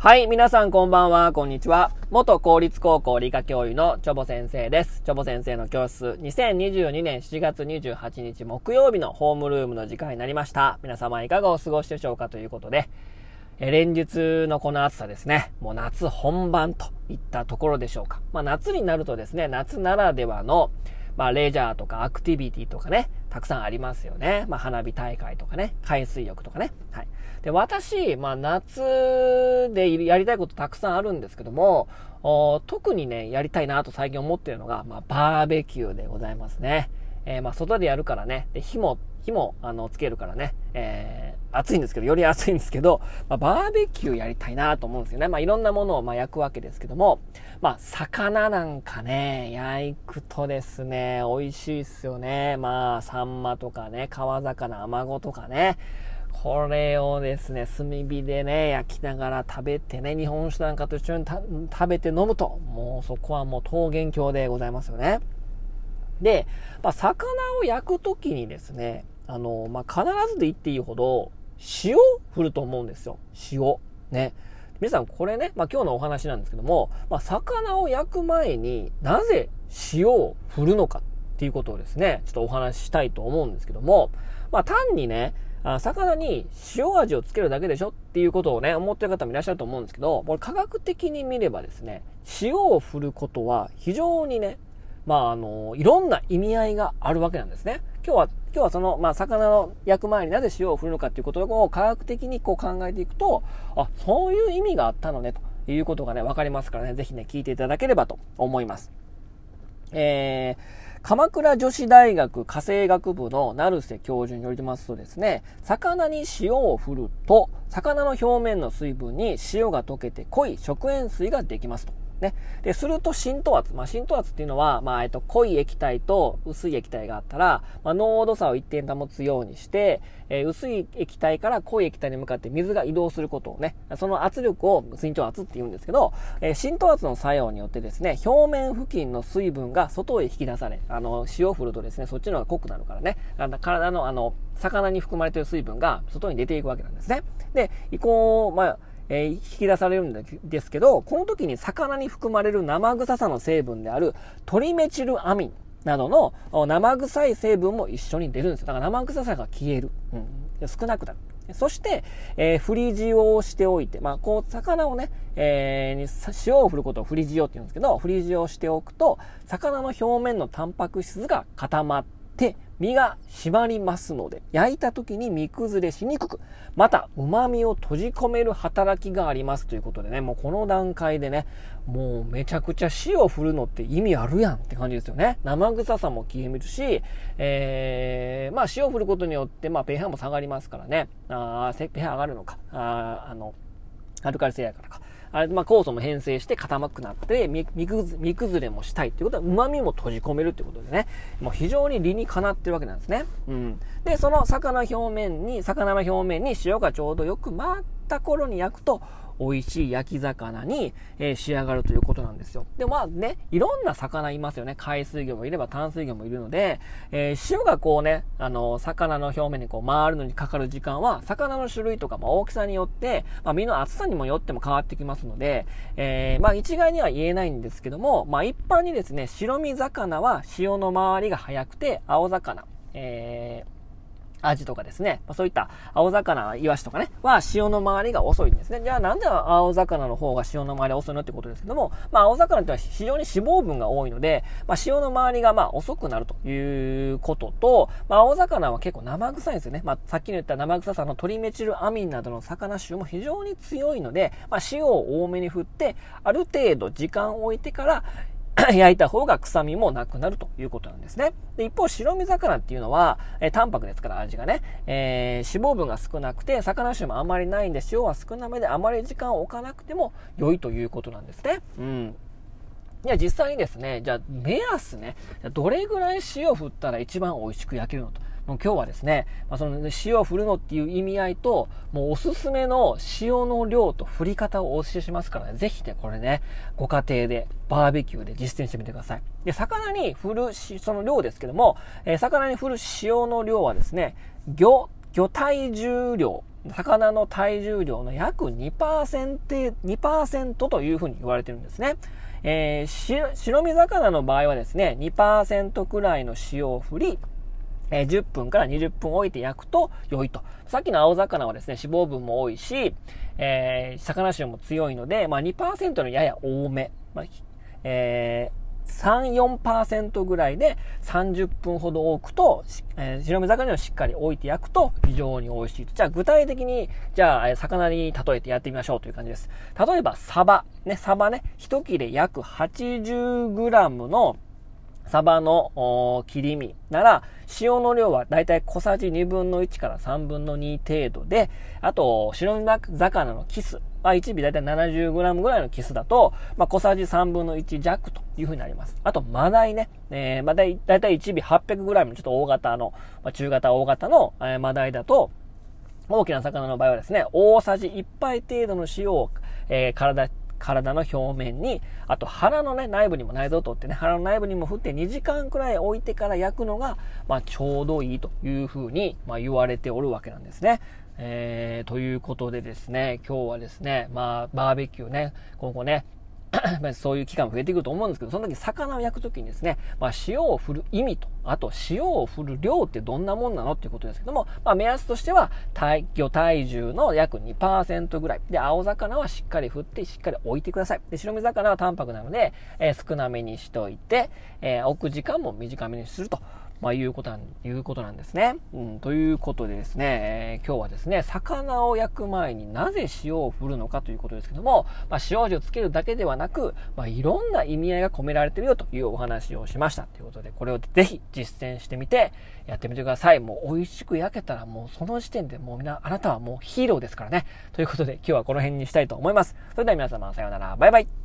はい、皆さんこんばんは、こんにちは。元公立高校理科教諭のチョボ先生です。チョボ先生の教室、2022年7月28日木曜日のホームルームの時間になりました。皆様いかがお過ごしでしょうかということで、連日のこの暑さですね、もう夏本番といったところでしょうか。夏になるとですね、夏ならではのレジャーとかアクティビティとかね、たくさんありますよね。花火大会とかね、海水浴とかね。はい。で、私、夏でやりたいことたくさんあるんですけども、特にね、やりたいなと最近思っているのが、バーベキューでございますね。外でやるからね、で火もつけるからね、暑いんですけど、より暑いんですけど、バーベキューやりたいなと思うんですよね。いろんなものを焼くわけですけども、魚なんかね、焼くとですね、美味しいっすよね。サンマとかね、川魚、アマゴとかね、これをですね、炭火でね、焼きながら食べてね、日本酒なんかと一緒に食べて飲むと、もうそこはもう桃源郷でございますよね。で、魚を焼くときにですね、必ずと言っていいほど、塩振ると思うんですよ。塩。ね。皆さんこれね、今日のお話なんですけども、魚を焼く前になぜ塩を振るのかっていうことをですね、ちょっとお話ししたいと思うんですけども、単にね、魚に塩味をつけるだけでしょっていうことをね、思ってる方もいらっしゃると思うんですけど、これ科学的に見ればですね、塩を振ることは非常にね、いろんな意味合いがあるわけなんですね。今日はその、魚の焼く前になぜ塩を振るのかっていうことを科学的に考えていくと、そういう意味があったのね、ということがね、わかりますからね、ぜひね、聞いていただければと思います。鎌倉女子大学家政学部の成瀬教授によりますとですね、魚に塩を振ると、魚の表面の水分に塩が溶けて濃い食塩水ができますと。ね。で、すると浸透圧。浸透圧っていうのは、濃い液体と薄い液体があったら、濃度差を一定に保つようにして、薄い液体から濃い液体に向かって水が移動することをね、その圧力を浸透圧って言うんですけど、浸透圧の作用によってですね、表面付近の水分が外へ引き出され、塩を振るとですね、そっちの方が濃くなるからね、体の魚に含まれている水分が外に出ていくわけなんですね。で、引き出されるんですけど、この時に魚に含まれる生臭さの成分であるトリメチルアミンなどの生臭い成分も一緒に出るんですよ。だから生臭さが消える。少なくなる。そして、振り塩をしておいて、魚をね、塩を振ることを振り塩って言うんですけど、振り塩をしておくと、魚の表面のタンパク質が固まって、身が締まりますので、焼いた時に身崩れしにくく、また旨味を閉じ込める働きがありますということでね、もうこの段階でね、もうめちゃくちゃ塩を振るのって意味あるやんって感じですよね。生臭さも消えるし、塩を振ることによって、pH も下がりますからね、pH 上がるのか、アルカリ性やからか。酵素も変性して硬くなって、身崩れもしたいということは、旨味も閉じ込めるということでね、もう非常に理にかなってるわけなんですね。で、その魚の表面に塩がちょうどよく回った頃に焼くと、美味しい焼き魚に、仕上がるということなんですよ。で、いろんな魚いますよね。海水魚もいれば淡水魚もいるので、塩がこうね、魚の表面にこう回るのにかかる時間は、魚の種類とか大きさによって、身の厚さにもよっても変わってきますので、一概には言えないんですけども、一般にですね、白身魚は潮の回りが早くて、青魚、アジとかですね、そういった青魚、イワシとかね、は潮の回りが遅いんですね。じゃあなんで青魚の方が潮の回りが遅いのってことですけども、青魚ってのは非常に脂肪分が多いので、潮の回りが遅くなるということと、青魚は結構生臭いんですよね。さっきの言った生臭さのトリメチルアミンなどの魚種も非常に強いので、塩を多めに振って、ある程度時間を置いてから、焼いた方が臭みもなくなるということなんですね。で、一方、白身魚っていうのは、淡白ですから味がね、脂肪分が少なくて、魚種もあまりないんで、塩は少なめであまり時間を置かなくても良いということなんですね。じゃあ実際にですね、じゃあ目安ね、どれぐらい塩を振ったら一番美味しく焼けるのと。もう今日はですね、その塩を振るのっていう意味合いと、もうおすすめの塩の量と振り方をお教えしますからね、ぜひね、これね、ご家庭でバーベキューで実践してみてください。で、魚に振るその量ですけども、魚に振る塩の量はですね、魚魚体重量、魚の体重量の約 2% というふうに言われてるんですね。白身魚の場合はですね、2% くらいの塩を振り、10分から20分置いて焼くと良いと。さっきの青魚はですね、脂肪分も多いし、魚臭も強いので、2% のやや多め。3、4% ぐらいで30分ほど置くと、白身魚をしっかり置いて焼くと非常に美味しい。じゃあ具体的に、魚に例えてやってみましょうという感じです。例えばサバね、一切れ約 80g のサバの切り身なら、塩の量はだいたい小さじ1/2分の1から3分の2程度で、あと、白身魚のキス。1尾だいたい 70g ぐらいのキスだと、小さじ3分の1弱というふうになります。あと、マダイね。マダイ、だいたい1尾 800g のちょっと大型の、中型大型の、マダイだと、大きな魚の場合はですね、大さじ1杯程度の塩を、体の表面に、あと腹のね、内部にも内臓を取ってね、腹の内部にも振って2時間くらい置いてから焼くのが、ちょうどいいというふうに、言われておるわけなんですね。ということでですね、今日はですね、バーベキューね、今後ね、そういう期間も増えてくると思うんですけど、その時魚を焼く時にですね、塩を振る意味と、あと塩を振る量ってどんなもんなのっていうことですけども、目安としては魚体重の約 2% ぐらいで、青魚はしっかり振ってしっかり置いてください。で、白身魚は淡白なので、少なめにしといて、置く時間も短めにすると。いうことなんですね。ということでですね、今日はですね、魚を焼く前になぜ塩を振るのかということですけども、塩味をつけるだけではなく、いろんな意味合いが込められているよというお話をしましたということで、これをぜひ実践してみて、やってみてください。もう美味しく焼けたらもうその時点でもうあなたはもうヒーローですからね。ということで今日はこの辺にしたいと思います。それでは皆様さようなら。バイバイ。